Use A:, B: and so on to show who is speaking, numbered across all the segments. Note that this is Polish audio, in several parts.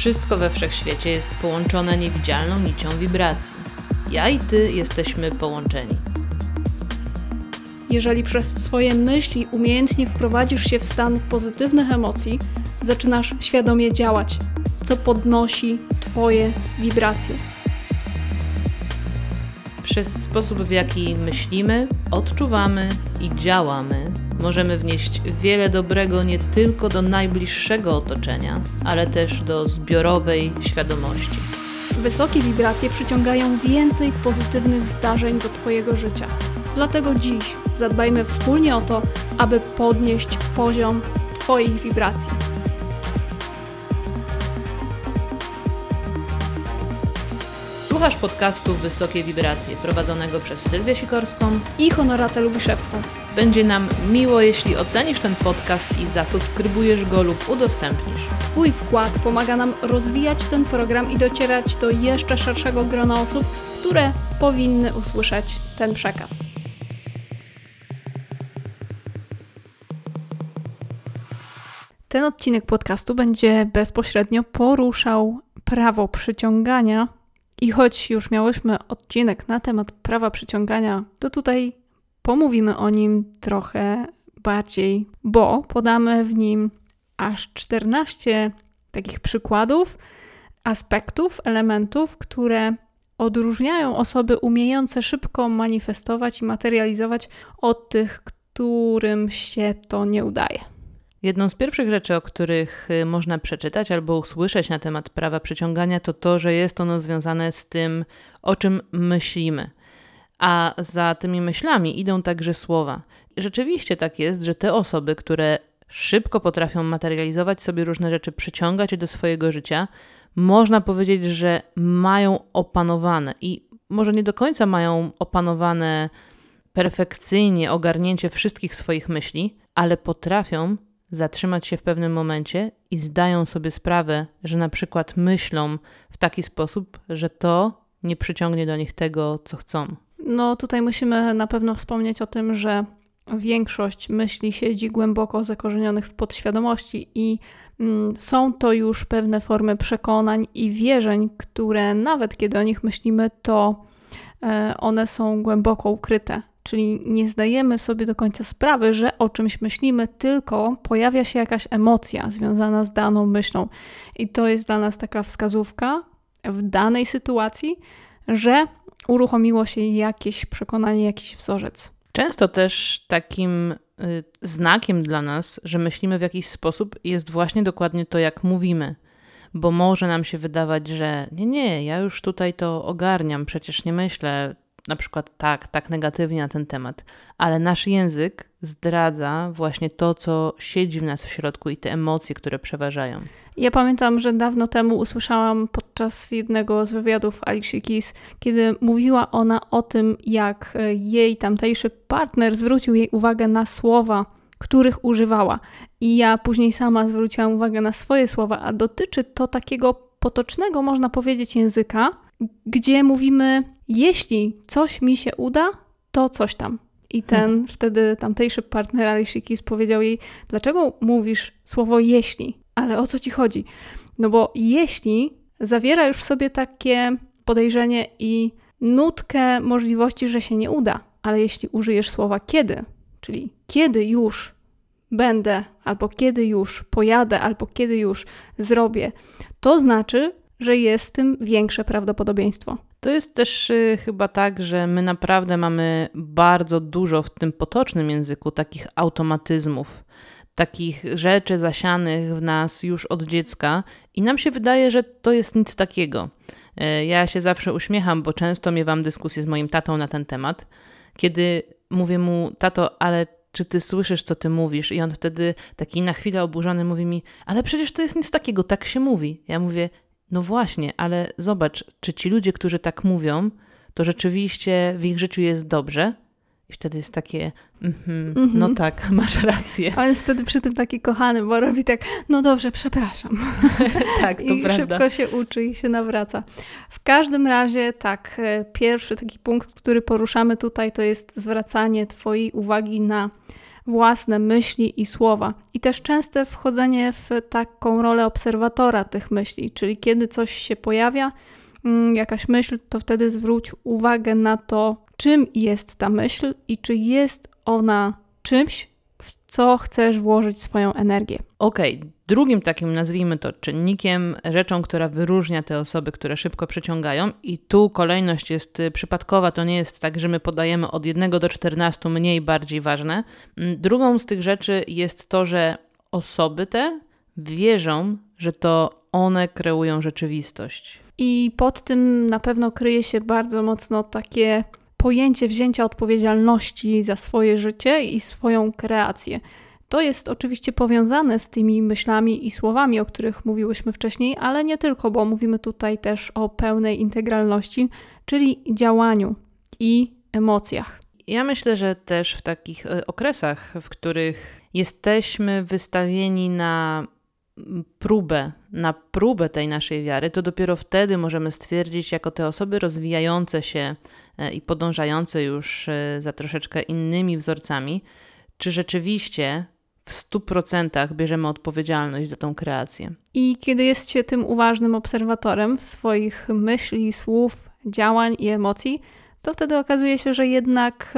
A: Wszystko we wszechświecie jest połączone niewidzialną nicią wibracji. Ja i ty jesteśmy połączeni.
B: Jeżeli przez swoje myśli umiejętnie wprowadzisz się w stan pozytywnych emocji, zaczynasz świadomie działać, co podnosi twoje wibracje.
A: Przez sposób, w jaki myślimy, odczuwamy i działamy, możemy wnieść wiele dobrego nie tylko do najbliższego otoczenia, ale też do zbiorowej świadomości.
B: Wysokie wibracje przyciągają więcej pozytywnych zdarzeń do twojego życia. Dlatego dziś zadbajmy wspólnie o to, aby podnieść poziom twoich wibracji.
A: Słuchasz podcastu Wysokie Wibracje, prowadzonego przez Sylwię Sikorską
B: I Honoratę Lubiszewską.
A: Będzie nam miło, jeśli ocenisz ten podcast i zasubskrybujesz go lub udostępnisz.
B: Twój wkład pomaga nam rozwijać ten program i docierać do jeszcze szerszego grona osób, które powinny usłyszeć ten przekaz. Ten odcinek podcastu będzie bezpośrednio poruszał prawo przyciągania. I choć już miałyśmy odcinek na temat prawa przyciągania, to tutaj pomówimy o nim trochę bardziej, bo podamy w nim aż 14 takich przykładów, aspektów, elementów, które odróżniają osoby umiejące szybko manifestować i materializować od tych, którym się to nie udaje.
A: Jedną z pierwszych rzeczy, o których można przeczytać albo usłyszeć na temat prawa przyciągania, to to, że jest ono związane z tym, o czym myślimy. A za tymi myślami idą także słowa. Rzeczywiście tak jest, że te osoby, które szybko potrafią materializować sobie różne rzeczy, przyciągać je do swojego życia, można powiedzieć, że mają opanowane i może nie do końca mają opanowane perfekcyjnie ogarnięcie wszystkich swoich myśli, ale potrafią zatrzymać się w pewnym momencie i zdają sobie sprawę, że na przykład myślą w taki sposób, że to nie przyciągnie do nich tego, co chcą.
B: No tutaj musimy na pewno wspomnieć o tym, że większość myśli siedzi głęboko zakorzenionych w podświadomości i są to już pewne formy przekonań i wierzeń, które nawet kiedy o nich myślimy, to one są głęboko ukryte. Czyli nie zdajemy sobie do końca sprawy, że o czymś myślimy, tylko pojawia się jakaś emocja związana z daną myślą. I to jest dla nas taka wskazówka w danej sytuacji, że uruchomiło się jakieś przekonanie, jakiś wzorzec.
A: Często też takim znakiem dla nas, że myślimy w jakiś sposób, jest właśnie dokładnie to, jak mówimy. Bo może nam się wydawać, że nie, ja już tutaj to ogarniam, przecież nie myślę na przykład tak negatywnie na ten temat, ale nasz język zdradza właśnie to, co siedzi w nas w środku i te emocje, które przeważają.
B: Ja pamiętam, że dawno temu usłyszałam podczas jednego z wywiadów Alicia Keys, kiedy mówiła ona o tym, jak jej tamtejszy partner zwrócił jej uwagę na słowa, których używała. I ja później sama zwróciłam uwagę na swoje słowa, a dotyczy to takiego potocznego, można powiedzieć, języka, gdzie mówimy, jeśli coś mi się uda, to coś tam. I ten wtedy tamtejszy partner Alicia Keys powiedział jej, dlaczego mówisz słowo jeśli? Ale o co ci chodzi? No bo jeśli zawiera już w sobie takie podejrzenie i nutkę możliwości, że się nie uda, ale jeśli użyjesz słowa kiedy, czyli kiedy już będę, albo kiedy już pojadę, albo kiedy już zrobię, to znaczy, że jest w tym większe prawdopodobieństwo.
A: To jest też chyba tak, że my naprawdę mamy bardzo dużo w tym potocznym języku takich automatyzmów, takich rzeczy zasianych w nas już od dziecka i nam się wydaje, że to jest nic takiego. Ja się zawsze uśmiecham, bo często miewam dyskusję z moim tatą na ten temat, kiedy mówię mu, tato, ale czy ty słyszysz, co ty mówisz? I on wtedy taki na chwilę oburzony mówi mi, ale przecież to jest nic takiego, tak się mówi. Ja mówię, no właśnie, ale zobacz, czy ci ludzie, którzy tak mówią, to rzeczywiście w ich życiu jest dobrze? I wtedy jest takie, no tak, masz rację.
B: On jest wtedy przy tym taki kochany, bo robi tak, no dobrze, przepraszam.
A: Tak, to
B: I
A: prawda.
B: szybko się uczy i się nawraca. W każdym razie tak, pierwszy taki punkt, który poruszamy tutaj, to jest zwracanie twojej uwagi na własne myśli i słowa. I też częste wchodzenie w taką rolę obserwatora tych myśli, czyli kiedy coś się pojawia, jakaś myśl, to wtedy zwróć uwagę na to, czym jest ta myśl i czy jest ona czymś, w co chcesz włożyć swoją energię.
A: Okej, drugim takim, nazwijmy to, czynnikiem, rzeczą, która wyróżnia te osoby, które szybko przyciągają, i tu kolejność jest przypadkowa, to nie jest tak, że my podajemy od 1 do 14 mniej, bardziej ważne. Drugą z tych rzeczy jest to, że osoby te wierzą, że to one kreują rzeczywistość.
B: I pod tym na pewno kryje się bardzo mocno takie pojęcie wzięcia odpowiedzialności za swoje życie i swoją kreację. To jest oczywiście powiązane z tymi myślami i słowami, o których mówiłyśmy wcześniej, ale nie tylko, bo mówimy tutaj też o pełnej integralności, czyli działaniu i emocjach.
A: Ja myślę, że też w takich okresach, w których jesteśmy wystawieni na próbę tej naszej wiary, to dopiero wtedy możemy stwierdzić, jako te osoby rozwijające się i podążające już za troszeczkę innymi wzorcami, czy rzeczywiście w 100% bierzemy odpowiedzialność za tą kreację.
B: I kiedy jest się tym uważnym obserwatorem swoich myśli, słów, działań i emocji, to wtedy okazuje się, że jednak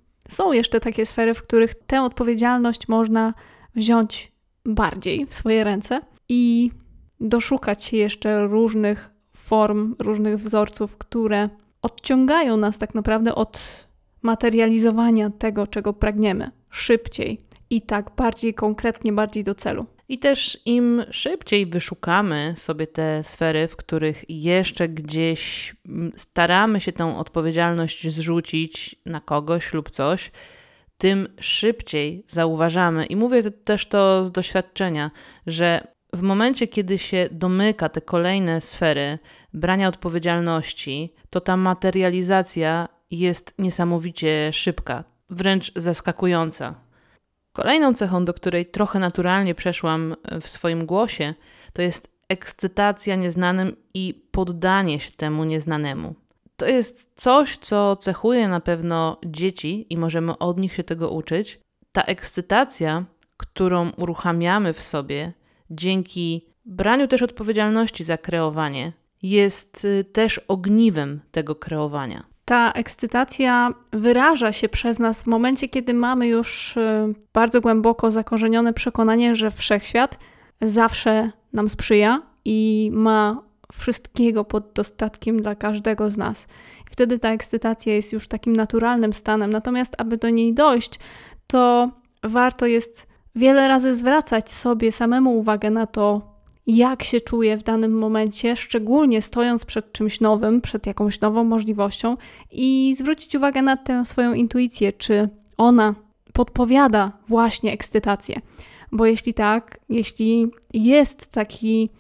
B: są jeszcze takie sfery, w których tę odpowiedzialność można wziąć bardziej w swoje ręce i doszukać się jeszcze różnych form, różnych wzorców, które odciągają nas tak naprawdę od materializowania tego, czego pragniemy, szybciej i tak bardziej konkretnie, bardziej do celu.
A: I też im szybciej wyszukamy sobie te sfery, w których jeszcze gdzieś staramy się tę odpowiedzialność zrzucić na kogoś lub coś, tym szybciej zauważamy, i mówię też to z doświadczenia, że w momencie, kiedy się domyka te kolejne sfery brania odpowiedzialności, to ta materializacja jest niesamowicie szybka, wręcz zaskakująca. Kolejną cechą, do której trochę naturalnie przeszłam w swoim głosie, to jest ekscytacja nieznanym i poddanie się temu nieznanemu. To jest coś, co cechuje na pewno dzieci i możemy od nich się tego uczyć. Ta ekscytacja, którą uruchamiamy w sobie dzięki braniu też odpowiedzialności za kreowanie, jest też ogniwem tego kreowania.
B: Ta ekscytacja wyraża się przez nas w momencie, kiedy mamy już bardzo głęboko zakorzenione przekonanie, że wszechświat zawsze nam sprzyja i ma wszystkiego pod dostatkiem dla każdego z nas. Wtedy ta ekscytacja jest już takim naturalnym stanem. Natomiast aby do niej dojść, to warto jest wiele razy zwracać sobie samemu uwagę na to, jak się czuję w danym momencie, szczególnie stojąc przed czymś nowym, przed jakąś nową możliwością, i zwrócić uwagę na tę swoją intuicję, czy ona podpowiada właśnie ekscytację. Bo jeśli tak, jeśli jest taki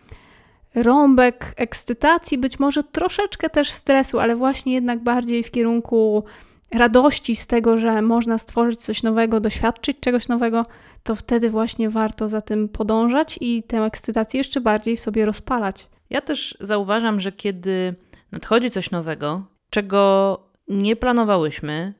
B: rąbek ekscytacji, być może troszeczkę też stresu, ale właśnie jednak bardziej w kierunku radości z tego, że można stworzyć coś nowego, doświadczyć czegoś nowego, to wtedy właśnie warto za tym podążać i tę ekscytację jeszcze bardziej w sobie rozpalać.
A: Ja też zauważam, że kiedy nadchodzi coś nowego, czego nie planowałyśmy,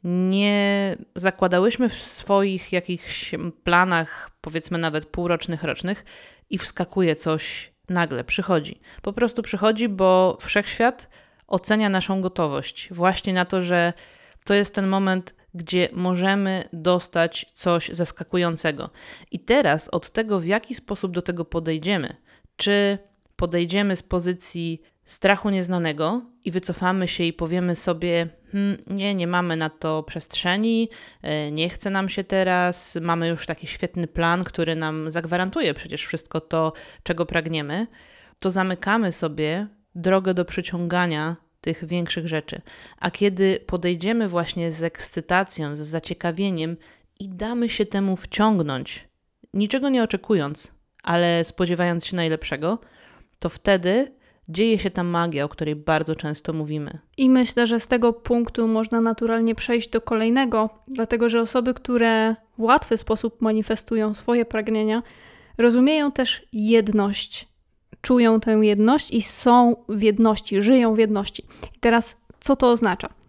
A: nie zakładałyśmy w swoich jakichś planach, powiedzmy nawet półrocznych, rocznych, i wskakuje coś nagle, przychodzi. Po prostu przychodzi, bo wszechświat ocenia naszą gotowość właśnie na to, że to jest ten moment, gdzie możemy dostać coś zaskakującego. I teraz od tego, w jaki sposób do tego podejdziemy, czy podejdziemy z pozycji strachu nieznanego i wycofamy się i powiemy sobie, nie mamy na to przestrzeni, nie chce nam się teraz, mamy już taki świetny plan, który nam zagwarantuje przecież wszystko to, czego pragniemy, to zamykamy sobie drogę do przyciągania tych większych rzeczy. A kiedy podejdziemy właśnie z ekscytacją, z zaciekawieniem i damy się temu wciągnąć, niczego nie oczekując, ale spodziewając się najlepszego, to wtedy dzieje się ta magia, o której bardzo często mówimy.
B: I myślę, że z tego punktu można naturalnie przejść do kolejnego, dlatego że osoby, które w łatwy sposób manifestują swoje pragnienia, rozumieją też jedność, czują tę jedność i są w jedności, żyją w jedności. I teraz co to oznacza?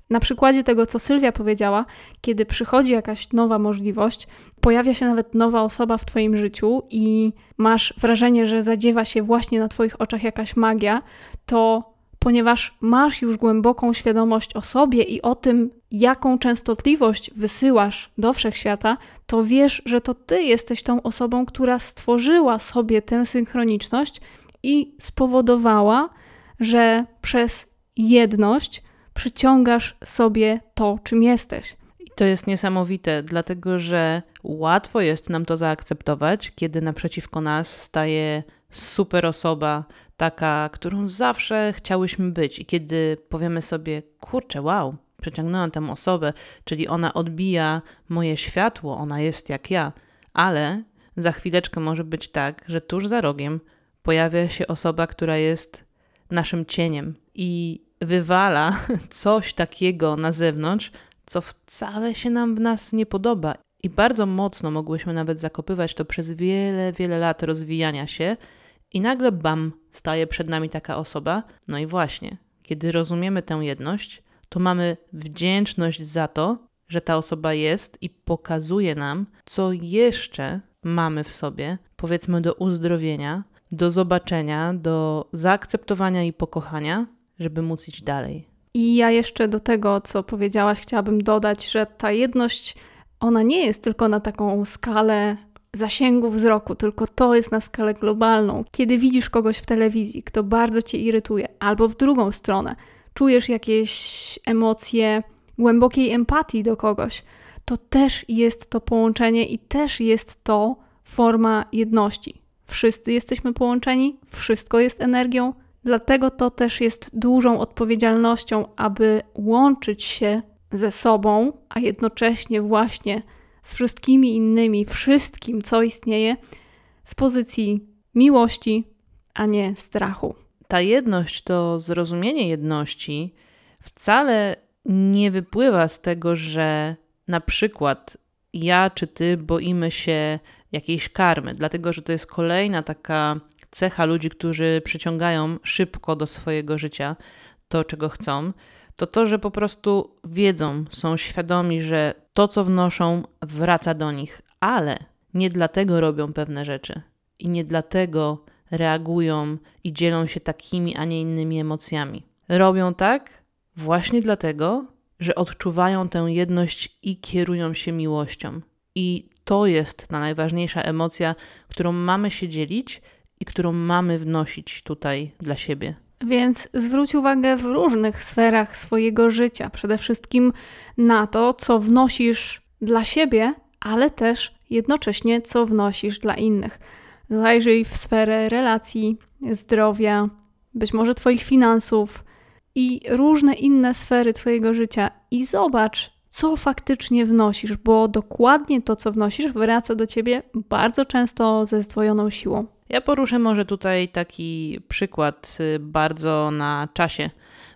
B: Na przykładzie tego, co Sylwia powiedziała, kiedy przychodzi jakaś nowa możliwość, pojawia się nawet nowa osoba w twoim życiu i masz wrażenie, że zadziewa się właśnie na twoich oczach jakaś magia, to ponieważ masz już głęboką świadomość o sobie i o tym, jaką częstotliwość wysyłasz do wszechświata, to wiesz, że to ty jesteś tą osobą, która stworzyła sobie tę synchroniczność i spowodowała, że przez jedność przyciągasz sobie to, czym jesteś.
A: I to jest niesamowite, dlatego że łatwo jest nam to zaakceptować, kiedy naprzeciwko nas staje super osoba, taka, którą zawsze chciałyśmy być. I kiedy powiemy sobie, kurczę, wow, przyciągnęłam tę osobę, czyli ona odbija moje światło, ona jest jak ja. Ale za chwileczkę może być tak, że tuż za rogiem pojawia się osoba, która jest naszym cieniem i wywala coś takiego na zewnątrz, co wcale się nam w nas nie podoba. I bardzo mocno mogłyśmy nawet zakopywać to przez wiele, wiele lat rozwijania się i nagle bam, staje przed nami taka osoba. No i właśnie, kiedy rozumiemy tę jedność, to mamy wdzięczność za to, że ta osoba jest i pokazuje nam, co jeszcze mamy w sobie, powiedzmy do uzdrowienia, do zobaczenia, do zaakceptowania i pokochania, żeby móc iść dalej.
B: I ja jeszcze do tego, co powiedziałaś, chciałabym dodać, że ta jedność, ona nie jest tylko na taką skalę zasięgu wzroku, tylko to jest na skalę globalną. Kiedy widzisz kogoś w telewizji, kto bardzo cię irytuje, albo w drugą stronę, czujesz jakieś emocje głębokiej empatii do kogoś, to też jest to połączenie i też jest to forma jedności. Wszyscy jesteśmy połączeni, wszystko jest energią, dlatego to też jest dużą odpowiedzialnością, aby łączyć się ze sobą, a jednocześnie właśnie z wszystkimi innymi, wszystkim, co istnieje, z pozycji miłości, a nie strachu.
A: Ta jedność, to zrozumienie jedności wcale nie wypływa z tego, że na przykład ja czy ty boimy się jakiejś karmy, dlatego że to jest kolejna taka cecha ludzi, którzy przyciągają szybko do swojego życia to, czego chcą, to, że po prostu wiedzą, są świadomi, że to, co wnoszą, wraca do nich, ale nie dlatego robią pewne rzeczy i nie dlatego reagują i dzielą się takimi, a nie innymi emocjami. Robią tak właśnie dlatego, że odczuwają tę jedność i kierują się miłością. I to jest ta najważniejsza emocja, którą mamy się dzielić i którą mamy wnosić tutaj dla siebie.
B: Więc zwróć uwagę w różnych sferach swojego życia. Przede wszystkim na to, co wnosisz dla siebie, ale też jednocześnie, co wnosisz dla innych. Zajrzyj w sferę relacji, zdrowia, być może twoich finansów i różne inne sfery twojego życia i zobacz, co faktycznie wnosisz, bo dokładnie to, co wnosisz, wraca do ciebie bardzo często ze zdwojoną siłą.
A: Ja poruszę może tutaj taki przykład bardzo na czasie,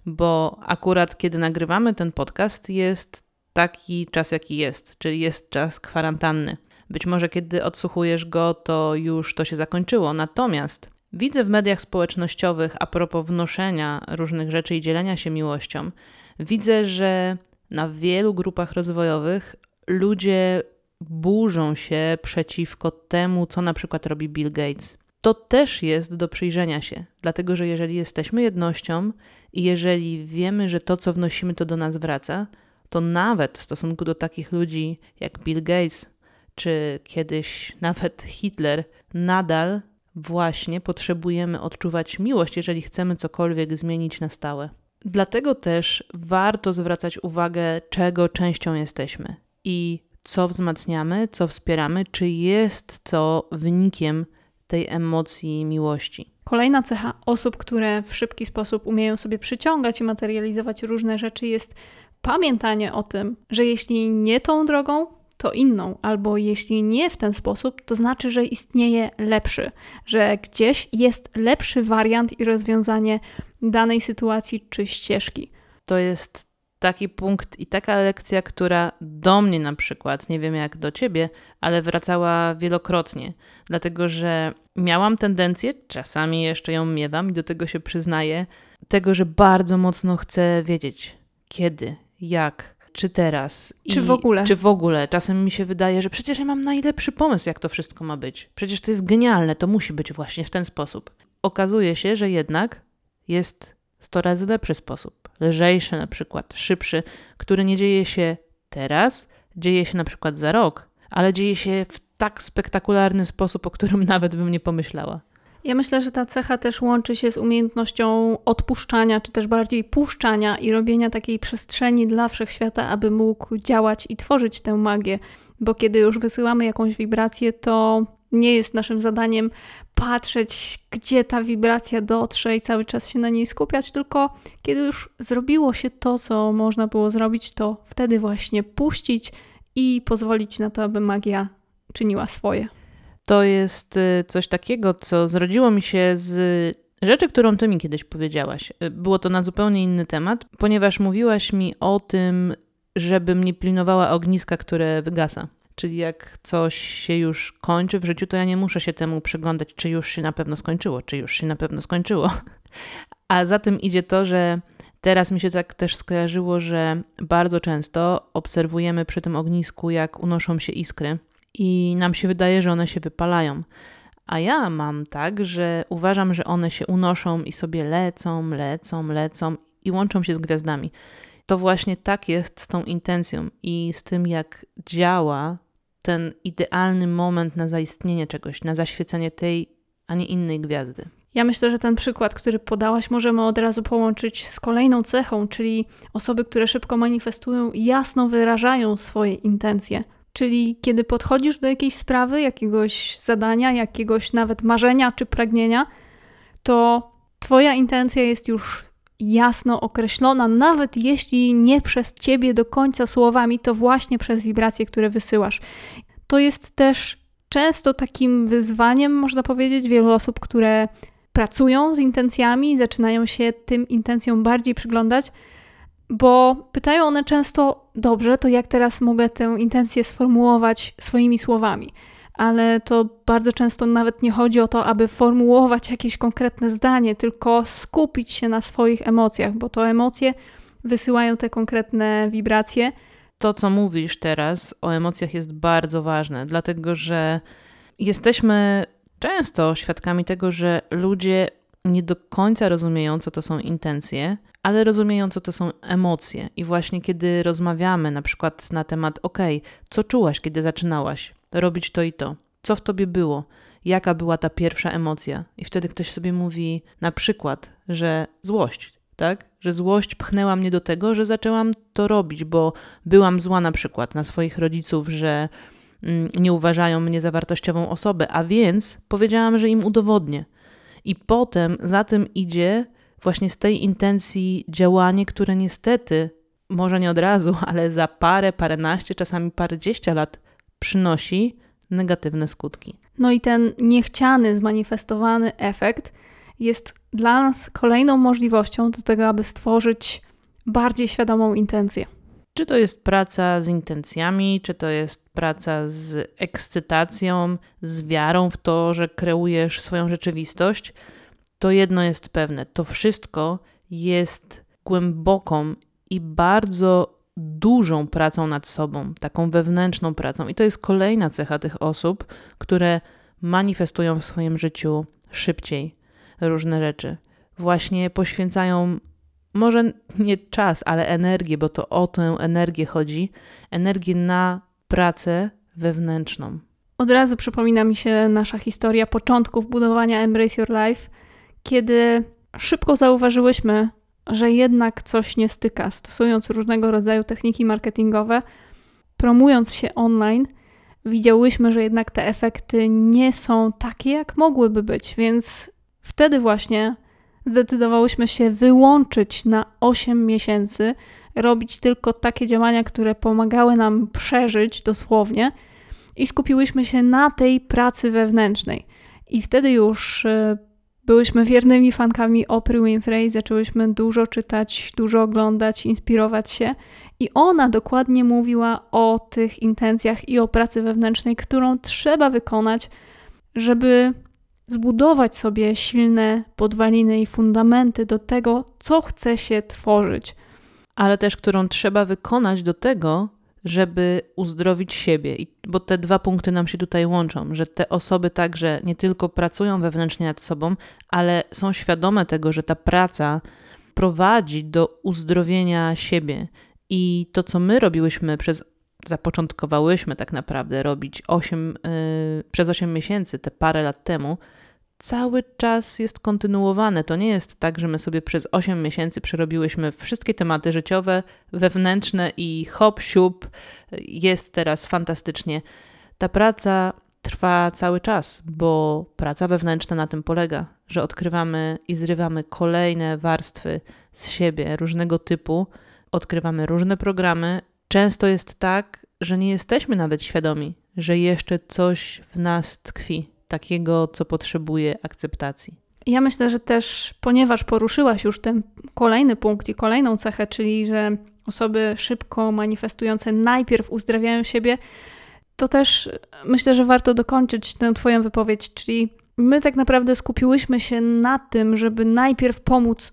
A: bo akurat kiedy nagrywamy ten podcast, jest taki czas, jaki jest, czyli jest czas kwarantanny. Być może kiedy odsłuchujesz go, to już to się zakończyło. Natomiast widzę w mediach społecznościowych a propos wnoszenia różnych rzeczy i dzielenia się miłością, widzę, że na wielu grupach rozwojowych ludzie burzą się przeciwko temu, co na przykład robi Bill Gates. To też jest do przyjrzenia się, dlatego że jeżeli jesteśmy jednością i jeżeli wiemy, że to, co wnosimy, to do nas wraca, to nawet w stosunku do takich ludzi jak Bill Gates, czy kiedyś nawet Hitler, nadal właśnie potrzebujemy odczuwać miłość, jeżeli chcemy cokolwiek zmienić na stałe. Dlatego też warto zwracać uwagę, czego częścią jesteśmy i co wzmacniamy, co wspieramy, czy jest to wynikiem tej emocji miłości.
B: Kolejna cecha osób, które w szybki sposób umieją sobie przyciągać i materializować różne rzeczy, jest pamiętanie o tym, że jeśli nie tą drogą, to inną, albo jeśli nie w ten sposób, to znaczy, że istnieje lepszy, że gdzieś jest lepszy wariant i rozwiązanie danej sytuacji czy ścieżki.
A: To jest taki punkt i taka lekcja, która do mnie na przykład, nie wiem jak do ciebie, ale wracała wielokrotnie, dlatego że miałam tendencję, czasami jeszcze ją miewam i do tego się przyznaję, tego, że bardzo mocno chcę wiedzieć, kiedy, jak, czy teraz.
B: Czy w ogóle.
A: Czy w ogóle. Czasem mi się wydaje, że przecież ja mam najlepszy pomysł, jak to wszystko ma być. Przecież to jest genialne, to musi być właśnie w ten sposób. Okazuje się, że jednak jest 100 razy lepszy sposób. Lżejszy na przykład, szybszy, który nie dzieje się teraz, dzieje się na przykład za rok, ale dzieje się w tak spektakularny sposób, o którym nawet bym nie pomyślała.
B: Ja myślę, że ta cecha też łączy się z umiejętnością odpuszczania, czy też bardziej puszczania i robienia takiej przestrzeni dla wszechświata, aby mógł działać i tworzyć tę magię. Bo kiedy już wysyłamy jakąś wibrację, to nie jest naszym zadaniem patrzeć, gdzie ta wibracja dotrze i cały czas się na niej skupiać, tylko kiedy już zrobiło się to, co można było zrobić, to wtedy właśnie puścić i pozwolić na to, aby magia czyniła swoje.
A: To jest coś takiego, co zrodziło mi się z rzeczy, którą ty mi kiedyś powiedziałaś. Było to na zupełnie inny temat, ponieważ mówiłaś mi o tym, żebym nie pilnowała ogniska, które wygasa. Czyli jak coś się już kończy w życiu, to ja nie muszę się temu przyglądać, czy już się na pewno skończyło, czy już się na pewno skończyło. A za tym idzie to, że teraz mi się tak też skojarzyło, że bardzo często obserwujemy przy tym ognisku, jak unoszą się iskry i nam się wydaje, że one się wypalają. A ja mam tak, że uważam, że one się unoszą i sobie lecą i łączą się z gwiazdami. To właśnie tak jest z tą intencją i z tym, jak działa ten idealny moment na zaistnienie czegoś, na zaświecenie tej, a nie innej gwiazdy.
B: Ja myślę, że ten przykład, który podałaś, możemy od razu połączyć z kolejną cechą, czyli osoby, które szybko manifestują, jasno wyrażają swoje intencje. Czyli kiedy podchodzisz do jakiejś sprawy, jakiegoś zadania, jakiegoś nawet marzenia czy pragnienia, to twoja intencja jest już jasno określona, nawet jeśli nie przez ciebie do końca słowami, to właśnie przez wibracje, które wysyłasz. To jest też często takim wyzwaniem, można powiedzieć, wielu osób, które pracują z intencjami, zaczynają się tym intencjom bardziej przyglądać, bo pytają one często, dobrze, to jak teraz mogę tę intencję sformułować swoimi słowami? Ale to bardzo często nawet nie chodzi o to, aby formułować jakieś konkretne zdanie, tylko skupić się na swoich emocjach, bo to emocje wysyłają te konkretne wibracje.
A: To, co mówisz teraz o emocjach, jest bardzo ważne, dlatego że jesteśmy często świadkami tego, że ludzie nie do końca rozumieją, co to są intencje, ale rozumieją, co to są emocje. I właśnie kiedy rozmawiamy na przykład na temat, co czułaś, kiedy zaczynałaś robić to i to? Co w tobie było? Jaka była ta pierwsza emocja? I wtedy ktoś sobie mówi na przykład, że złość, tak? Że złość pchnęła mnie do tego, że zaczęłam to robić, bo byłam zła na przykład na swoich rodziców, że nie uważają mnie za wartościową osobę, a więc powiedziałam, że im udowodnię. I potem za tym idzie właśnie z tej intencji działanie, które niestety, może nie od razu, ale za paręnaście, czasami parędziesiąt lat przynosi negatywne skutki.
B: No i ten niechciany, zmanifestowany efekt jest dla nas kolejną możliwością do tego, aby stworzyć bardziej świadomą intencję.
A: Czy to jest praca z intencjami, czy to jest praca z ekscytacją, z wiarą w to, że kreujesz swoją rzeczywistość, to jedno jest pewne. To wszystko jest głęboką i bardzo dużą pracą nad sobą, taką wewnętrzną pracą. I to jest kolejna cecha tych osób, które manifestują w swoim życiu szybciej różne rzeczy. Właśnie poświęcają może nie czas, ale energię, bo to o tę energię chodzi, energię na pracę wewnętrzną.
B: Od razu przypomina mi się nasza historia początków budowania Embrace Your Life, kiedy szybko zauważyłyśmy, że jednak coś nie styka, stosując różnego rodzaju techniki marketingowe, promując się online, widziałyśmy, że jednak te efekty nie są takie, jak mogłyby być, więc wtedy właśnie zdecydowałyśmy się wyłączyć na 8 miesięcy, robić tylko takie działania, które pomagały nam przeżyć dosłownie i skupiłyśmy się na tej pracy wewnętrznej. I wtedy już byłyśmy wiernymi fankami Oprah Winfrey, zaczęłyśmy dużo czytać, dużo oglądać, inspirować się i ona dokładnie mówiła o tych intencjach i o pracy wewnętrznej, którą trzeba wykonać, żeby zbudować sobie silne podwaliny i fundamenty do tego, co chce się tworzyć.
A: ale też którą trzeba wykonać do tego, żeby uzdrowić siebie. Bo te dwa punkty nam się tutaj łączą, że te osoby także nie tylko pracują wewnętrznie nad sobą, ale są świadome tego, że ta praca prowadzi do uzdrowienia siebie. I to, co my zapoczątkowałyśmy tak naprawdę robić przez 8 miesięcy, te parę lat temu, cały czas jest kontynuowane. To nie jest tak, że my sobie przez 8 miesięcy przerobiłyśmy wszystkie tematy życiowe, wewnętrzne i hop, siup, jest teraz fantastycznie. Ta praca trwa cały czas, bo praca wewnętrzna na tym polega, że odkrywamy i zrywamy kolejne warstwy z siebie różnego typu, odkrywamy różne programy. Często jest tak, że nie jesteśmy nawet świadomi, że jeszcze coś w nas tkwi, takiego, co potrzebuje akceptacji.
B: Ja myślę, że też, ponieważ poruszyłaś już ten kolejny punkt i kolejną cechę, czyli że osoby szybko manifestujące najpierw uzdrawiają siebie, to też myślę, że warto dokończyć tę Twoją wypowiedź, czyli my tak naprawdę skupiłyśmy się na tym, żeby najpierw pomóc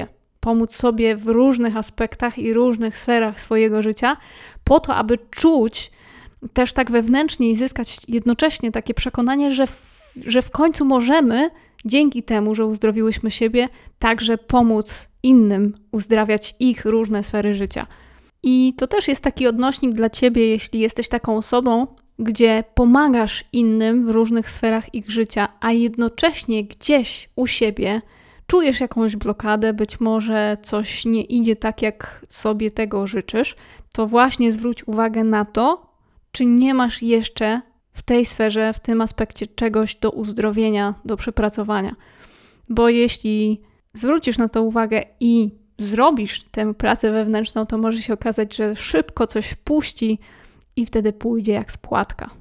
B: sobie w różnych aspektach i różnych sferach swojego życia, po to, aby czuć też tak wewnętrznie i zyskać jednocześnie takie przekonanie, że w końcu możemy dzięki temu, że uzdrowiłyśmy siebie, także pomóc innym uzdrawiać ich różne sfery życia. I to też jest taki odnośnik dla Ciebie, jeśli jesteś taką osobą, gdzie pomagasz innym w różnych sferach ich życia, a jednocześnie gdzieś u siebie czujesz jakąś blokadę, być może coś nie idzie tak, jak sobie tego życzysz, to właśnie zwróć uwagę na to, czy nie masz jeszcze w tej sferze, w tym aspekcie czegoś do uzdrowienia, do przepracowania. Bo jeśli zwrócisz na to uwagę i zrobisz tę pracę wewnętrzną, to może się okazać, że szybko coś puści i wtedy pójdzie jak spłatka.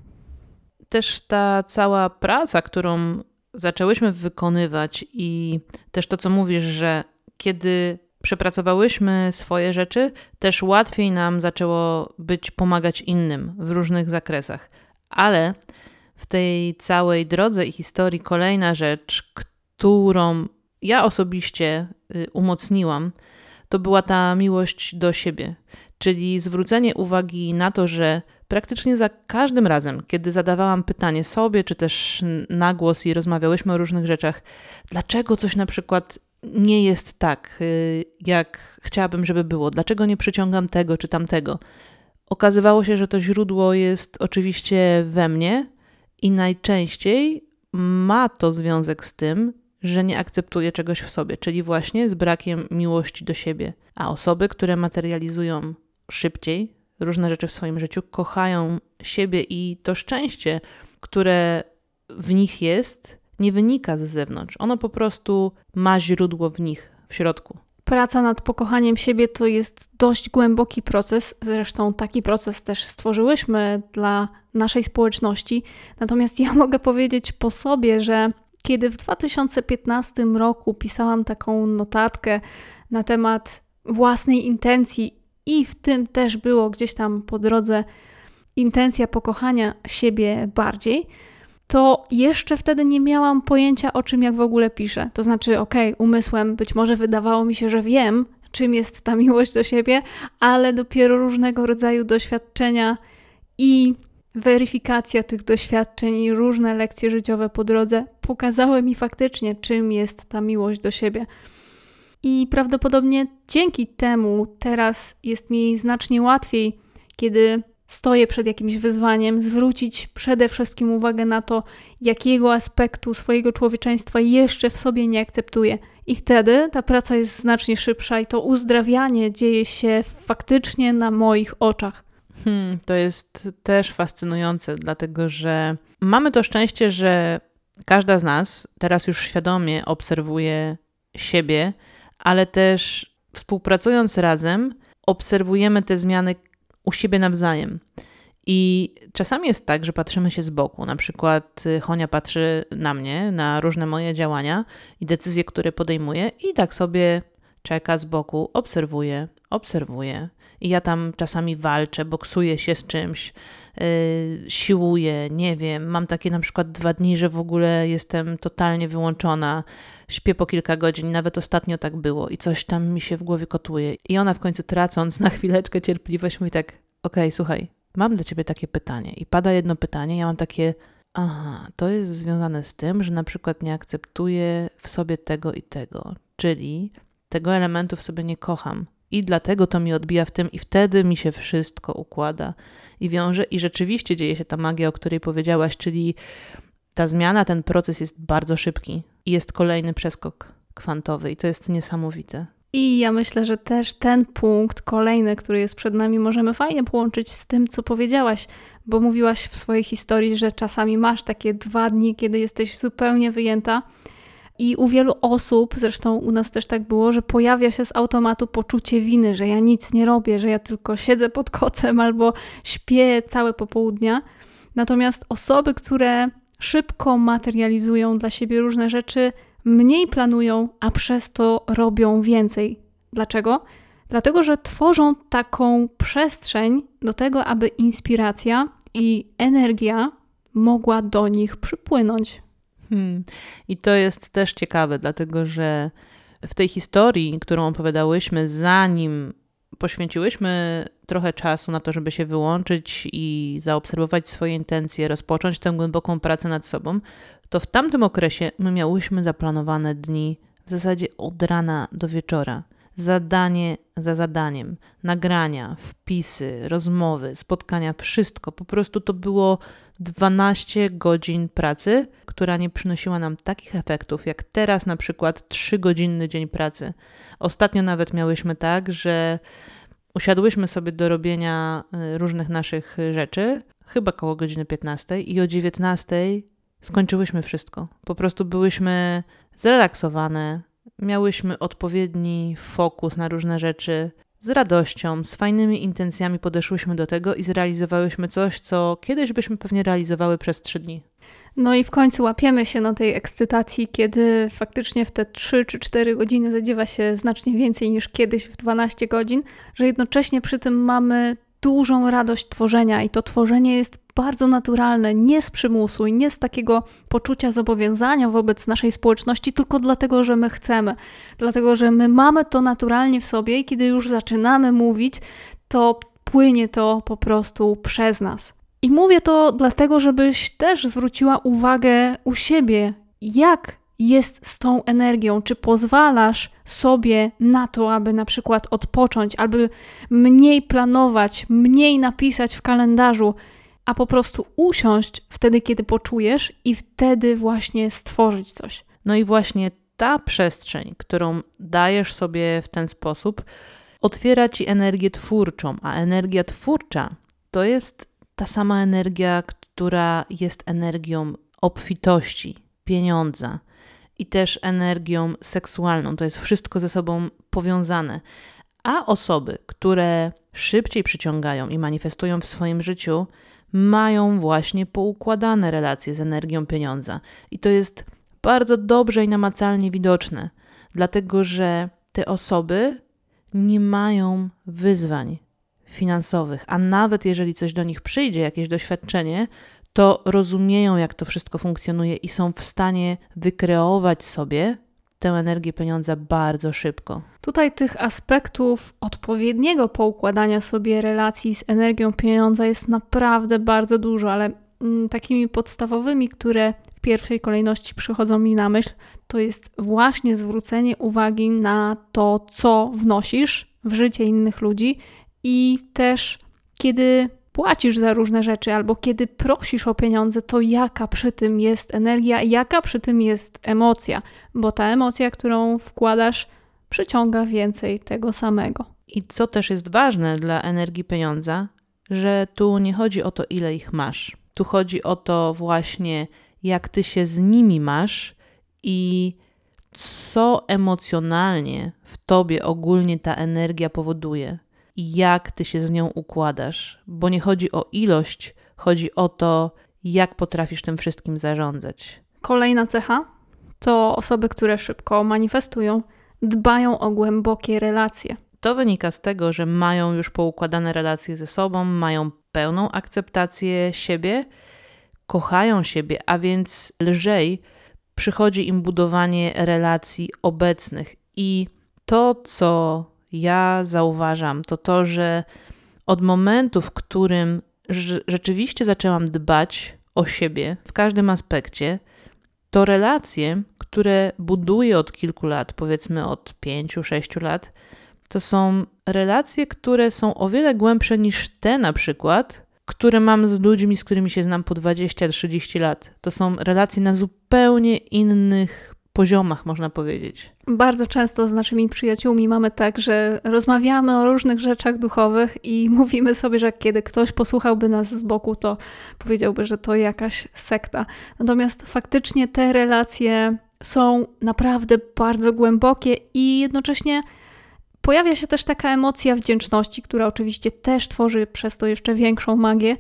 A: Też ta cała praca, którą zaczęłyśmy wykonywać i też to, co mówisz, że kiedy przepracowałyśmy swoje rzeczy, też łatwiej nam zaczęło być pomagać innym w różnych zakresach. Ale w tej całej drodze i historii kolejna rzecz, którą ja osobiście umocniłam, to była ta miłość do siebie, czyli zwrócenie uwagi na to, że praktycznie za każdym razem, kiedy zadawałam pytanie sobie, czy też na głos i rozmawiałyśmy o różnych rzeczach, dlaczego coś na przykład nie jest tak, jak chciałabym, żeby było, dlaczego nie przyciągam tego czy tamtego, okazywało się, że to źródło jest oczywiście we mnie i najczęściej ma to związek z tym, że nie akceptuję czegoś w sobie, czyli właśnie z brakiem miłości do siebie. A osoby, które materializują szybciej różne rzeczy w swoim życiu, kochają siebie i to szczęście, które w nich jest, nie wynika z zewnątrz. Ono po prostu ma źródło w nich, w środku.
B: Praca nad pokochaniem siebie to jest dość głęboki proces, zresztą taki proces też stworzyłyśmy dla naszej społeczności. Natomiast ja mogę powiedzieć po sobie, że kiedy w 2015 roku pisałam taką notatkę na temat własnej intencji i w tym też było gdzieś tam po drodze intencja pokochania siebie bardziej, to jeszcze wtedy nie miałam pojęcia, o czym jak w ogóle piszę. To znaczy, umysłem być może wydawało mi się, że wiem, czym jest ta miłość do siebie, ale dopiero różnego rodzaju doświadczenia i weryfikacja tych doświadczeń i różne lekcje życiowe po drodze pokazały mi faktycznie, czym jest ta miłość do siebie. I prawdopodobnie dzięki temu teraz jest mi znacznie łatwiej, kiedy stoję przed jakimś wyzwaniem, zwrócić przede wszystkim uwagę na to, jakiego aspektu swojego człowieczeństwa jeszcze w sobie nie akceptuję. I wtedy ta praca jest znacznie szybsza i to uzdrawianie dzieje się faktycznie na moich oczach.
A: To jest też fascynujące, dlatego że mamy to szczęście, że każda z nas teraz już świadomie obserwuje siebie, ale też współpracując razem obserwujemy te zmiany u siebie nawzajem. I czasami jest tak, że patrzymy się z boku. Na przykład Honia patrzy na mnie, na różne moje działania i decyzje, które podejmuję i tak sobie czeka z boku, obserwuje. I ja tam czasami walczę, boksuję się z czymś, siłuję, nie wiem. Mam takie na przykład 2 dni, że w ogóle jestem totalnie wyłączona. Śpię po kilka godzin, nawet ostatnio tak było i coś tam mi się w głowie kotłuje. I ona w końcu tracąc na chwileczkę cierpliwość mówi tak, okej, słuchaj, mam dla ciebie takie pytanie. I pada jedno pytanie, ja mam takie, to jest związane z tym, że na przykład nie akceptuję w sobie tego i tego, czyli tego elementu w sobie nie kocham. I dlatego to mi odbija w tym i wtedy mi się wszystko układa i wiąże. I rzeczywiście dzieje się ta magia, o której powiedziałaś, czyli ta zmiana, ten proces jest bardzo szybki i jest kolejny przeskok kwantowy i to jest niesamowite.
B: I ja myślę, że też ten punkt kolejny, który jest przed nami, możemy fajnie połączyć z tym, co powiedziałaś, bo mówiłaś w swojej historii, że czasami masz takie 2 dni, kiedy jesteś zupełnie wyjęta. I u wielu osób, zresztą u nas też tak było, że pojawia się z automatu poczucie winy, że ja nic nie robię, że ja tylko siedzę pod kocem albo śpię całe popołudnia. Natomiast osoby, które szybko materializują dla siebie różne rzeczy, mniej planują, a przez to robią więcej. Dlaczego? Dlatego, że tworzą taką przestrzeń do tego, aby inspiracja i energia mogła do nich przypłynąć.
A: I to jest też ciekawe, dlatego że w tej historii, którą opowiadałyśmy, zanim poświęciłyśmy trochę czasu na to, żeby się wyłączyć i zaobserwować swoje intencje, rozpocząć tę głęboką pracę nad sobą, to w tamtym okresie my miałyśmy zaplanowane dni w zasadzie od rana do wieczora. Zadanie za zadaniem, nagrania, wpisy, rozmowy, spotkania, wszystko. Po prostu to było 12 godzin pracy, która nie przynosiła nam takich efektów, jak teraz na przykład 3-godzinny dzień pracy. Ostatnio nawet miałyśmy tak, że usiadłyśmy sobie do robienia różnych naszych rzeczy, chyba koło godziny 15 i o 19 skończyłyśmy wszystko. Po prostu byłyśmy zrelaksowane, miałyśmy odpowiedni fokus na różne rzeczy, z radością, z fajnymi intencjami podeszłyśmy do tego i zrealizowałyśmy coś, co kiedyś byśmy pewnie realizowały przez 3 dni.
B: No i w końcu łapiemy się na tej ekscytacji, kiedy faktycznie w te 3 czy 4 godziny zadziewa się znacznie więcej niż kiedyś w 12 godzin, że jednocześnie przy tym mamy dużą radość tworzenia i to tworzenie jest bardzo naturalne, nie z przymusu i nie z takiego poczucia zobowiązania wobec naszej społeczności, tylko dlatego, że my chcemy, dlatego, że my mamy to naturalnie w sobie i kiedy już zaczynamy mówić, to płynie to po prostu przez nas. I mówię to dlatego, żebyś też zwróciła uwagę u siebie, jak jest z tą energią, czy pozwalasz sobie na to, aby na przykład odpocząć, albo mniej planować, mniej napisać w kalendarzu, a po prostu usiąść wtedy, kiedy poczujesz i wtedy właśnie stworzyć coś.
A: No i właśnie ta przestrzeń, którą dajesz sobie w ten sposób, otwiera ci energię twórczą, a energia twórcza to jest ta sama energia, która jest energią obfitości, pieniądza i też energią seksualną. To jest wszystko ze sobą powiązane. A osoby, które szybciej przyciągają i manifestują w swoim życiu, mają właśnie poukładane relacje z energią pieniądza. I to jest bardzo dobrze i namacalnie widoczne, dlatego że te osoby nie mają wyzwań finansowych, a nawet jeżeli coś do nich przyjdzie, jakieś doświadczenie, to rozumieją, jak to wszystko funkcjonuje i są w stanie wykreować sobie tę energię pieniądza bardzo szybko.
B: Tutaj tych aspektów odpowiedniego poukładania sobie relacji z energią pieniądza jest naprawdę bardzo dużo, ale takimi podstawowymi, które w pierwszej kolejności przychodzą mi na myśl, to jest właśnie zwrócenie uwagi na to, co wnosisz w życie innych ludzi i też kiedy płacisz za różne rzeczy albo kiedy prosisz o pieniądze, to jaka przy tym jest energia, jaka przy tym jest emocja, bo ta emocja, którą wkładasz, przyciąga więcej tego samego.
A: I co też jest ważne dla energii pieniądza, że tu nie chodzi o to, ile ich masz. Tu chodzi o to właśnie, jak ty się z nimi masz i co emocjonalnie w tobie ogólnie ta energia powoduje. I jak ty się z nią układasz, bo nie chodzi o ilość, chodzi o to, jak potrafisz tym wszystkim zarządzać.
B: Kolejna cecha to osoby, które szybko manifestują, dbają o głębokie relacje.
A: To wynika z tego, że mają już poukładane relacje ze sobą, mają pełną akceptację siebie, kochają siebie, a więc lżej przychodzi im budowanie relacji obecnych. I to, co ja zauważam, to to, że od momentu, w którym rzeczywiście zaczęłam dbać o siebie w każdym aspekcie, to relacje, które buduję od kilku lat, powiedzmy od 5-6 lat, to są relacje, które są o wiele głębsze niż te na przykład, które mam z ludźmi, z którymi się znam po 20-30 lat. To są relacje na zupełnie innych poziomach, można powiedzieć.
B: Bardzo często z naszymi przyjaciółmi mamy tak, że rozmawiamy o różnych rzeczach duchowych i mówimy sobie, że kiedy ktoś posłuchałby nas z boku, to powiedziałby, że to jakaś sekta. Natomiast faktycznie te relacje są naprawdę bardzo głębokie i jednocześnie pojawia się też taka emocja wdzięczności, która oczywiście też tworzy przez to jeszcze większą magię,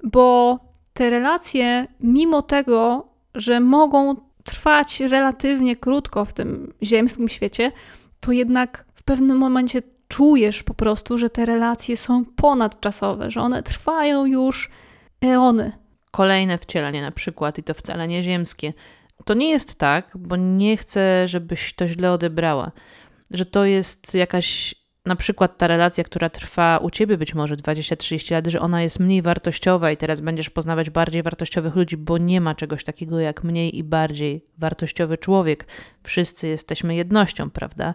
B: bo te relacje, mimo tego, że mogą trwać relatywnie krótko w tym ziemskim świecie, to jednak w pewnym momencie czujesz po prostu, że te relacje są ponadczasowe, że one trwają już eony.
A: Kolejne wcielenie na przykład i to wcale nie ziemskie. To nie jest tak, bo nie chcę, żebyś to źle odebrała, że to jest jakaś, na przykład ta relacja, która trwa u ciebie być może 20-30 lat, że ona jest mniej wartościowa i teraz będziesz poznawać bardziej wartościowych ludzi, bo nie ma czegoś takiego jak mniej i bardziej wartościowy człowiek. Wszyscy jesteśmy jednością, prawda?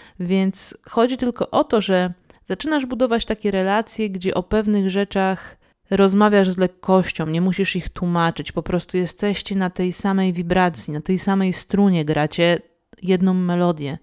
A: Więc chodzi tylko o to, że zaczynasz budować takie relacje, gdzie o pewnych rzeczach rozmawiasz z lekkością, nie musisz ich tłumaczyć, po prostu jesteście na tej samej wibracji, na tej samej strunie, gracie jedną melodię.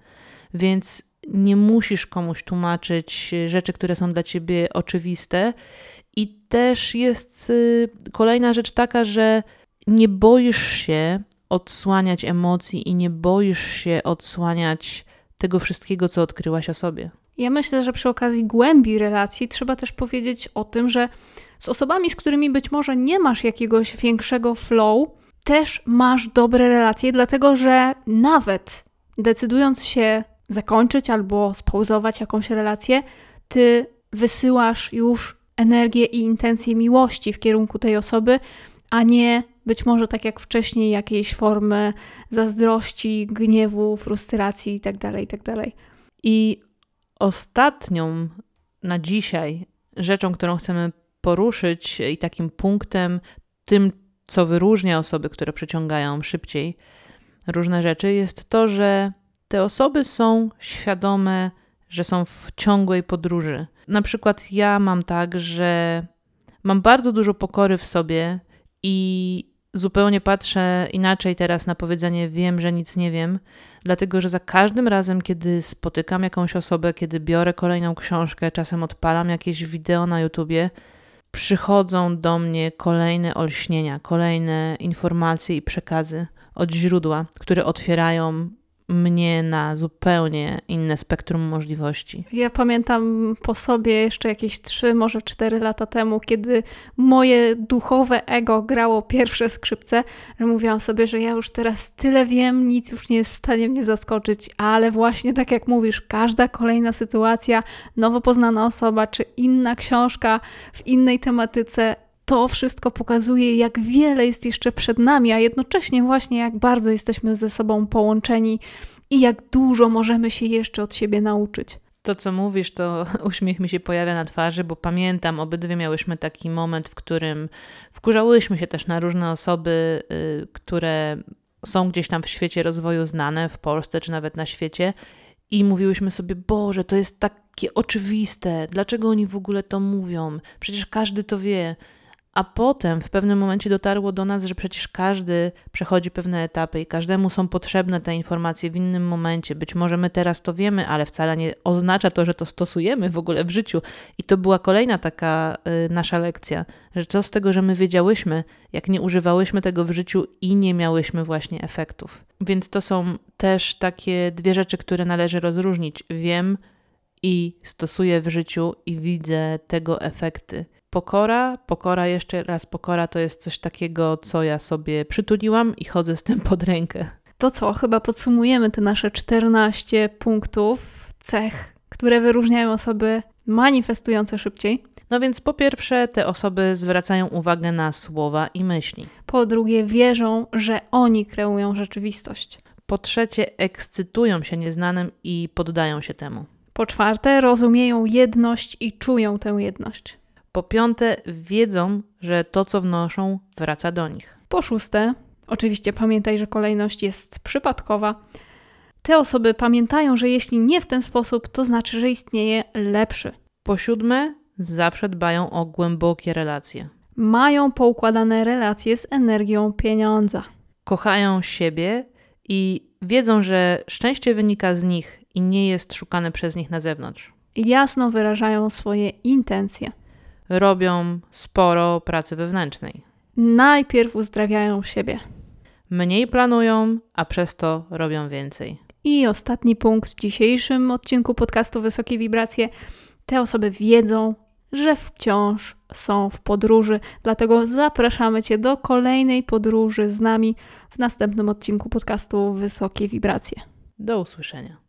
A: Więc nie musisz komuś tłumaczyć rzeczy, które są dla ciebie oczywiste. I też jest kolejna rzecz taka, że nie boisz się odsłaniać emocji i nie boisz się odsłaniać tego wszystkiego, co odkryłaś o sobie.
B: Ja myślę, że przy okazji głębi relacji trzeba też powiedzieć o tym, że z osobami, z którymi być może nie masz jakiegoś większego flow, też masz dobre relacje, dlatego że nawet decydując się zakończyć albo spauzować jakąś relację, ty wysyłasz już energię i intencje miłości w kierunku tej osoby, a nie być może tak jak wcześniej jakiejś formy zazdrości, gniewu, frustracji itd., itd.
A: I ostatnią na dzisiaj rzeczą, którą chcemy poruszyć i takim punktem, tym, co wyróżnia osoby, które przyciągają szybciej różne rzeczy, jest to, że te osoby są świadome, że są w ciągłej podróży. Na przykład ja mam tak, że mam bardzo dużo pokory w sobie i zupełnie patrzę inaczej teraz na powiedzenie wiem, że nic nie wiem, dlatego że za każdym razem, kiedy spotykam jakąś osobę, kiedy biorę kolejną książkę, czasem odpalam jakieś wideo na YouTubie, przychodzą do mnie kolejne olśnienia, kolejne informacje i przekazy od źródła, które otwierają mnie na zupełnie inne spektrum możliwości.
B: Ja pamiętam po sobie jeszcze jakieś 3, może 4 lata temu, kiedy moje duchowe ego grało pierwsze skrzypce, że mówiłam sobie, że ja już teraz tyle wiem, nic już nie jest w stanie mnie zaskoczyć, ale właśnie tak jak mówisz, każda kolejna sytuacja, nowo poznana osoba, czy inna książka w innej tematyce, to wszystko pokazuje, jak wiele jest jeszcze przed nami, a jednocześnie właśnie jak bardzo jesteśmy ze sobą połączeni i jak dużo możemy się jeszcze od siebie nauczyć.
A: To, co mówisz, to uśmiech mi się pojawia na twarzy, bo pamiętam, obydwie miałyśmy taki moment, w którym wkurzałyśmy się też na różne osoby, które są gdzieś tam w świecie rozwoju znane, w Polsce czy nawet na świecie i mówiłyśmy sobie, Boże, to jest takie oczywiste, dlaczego oni w ogóle to mówią? Przecież każdy to wie. A potem w pewnym momencie dotarło do nas, że przecież każdy przechodzi pewne etapy i każdemu są potrzebne te informacje w innym momencie. Być może my teraz to wiemy, ale wcale nie oznacza to, że to stosujemy w ogóle w życiu. I to była kolejna taka nasza lekcja, że co z tego, że my wiedziałyśmy, jak nie używałyśmy tego w życiu i nie miałyśmy właśnie efektów. Więc to są też takie dwie rzeczy, które należy rozróżnić. Wiem i stosuję w życiu i widzę tego efekty. Pokora, jeszcze raz pokora to jest coś takiego, co ja sobie przytuliłam i chodzę z tym pod rękę.
B: To co, chyba podsumujemy te nasze 14 punktów, cech, które wyróżniają osoby manifestujące szybciej.
A: No więc po pierwsze, te osoby zwracają uwagę na słowa i myśli.
B: Po drugie, wierzą, że oni kreują rzeczywistość.
A: Po trzecie, ekscytują się nieznanym i poddają się temu.
B: Po czwarte, rozumieją jedność i czują tę jedność.
A: Po piąte, wiedzą, że to, co wnoszą, wraca do nich.
B: Po szóste, oczywiście pamiętaj, że kolejność jest przypadkowa. Te osoby pamiętają, że jeśli nie w ten sposób, to znaczy, że istnieje lepszy.
A: Po siódme, zawsze dbają o głębokie relacje.
B: Mają poukładane relacje z energią pieniądza.
A: Kochają siebie i wiedzą, że szczęście wynika z nich i nie jest szukane przez nich na zewnątrz.
B: Jasno wyrażają swoje intencje.
A: Robią sporo pracy wewnętrznej.
B: Najpierw uzdrawiają siebie.
A: Mniej planują, a przez to robią więcej.
B: I ostatni punkt w dzisiejszym odcinku podcastu Wysokie Wibracje. Te osoby wiedzą, że wciąż są w podróży, dlatego zapraszamy Cię do kolejnej podróży z nami w następnym odcinku podcastu Wysokie Wibracje.
A: Do usłyszenia.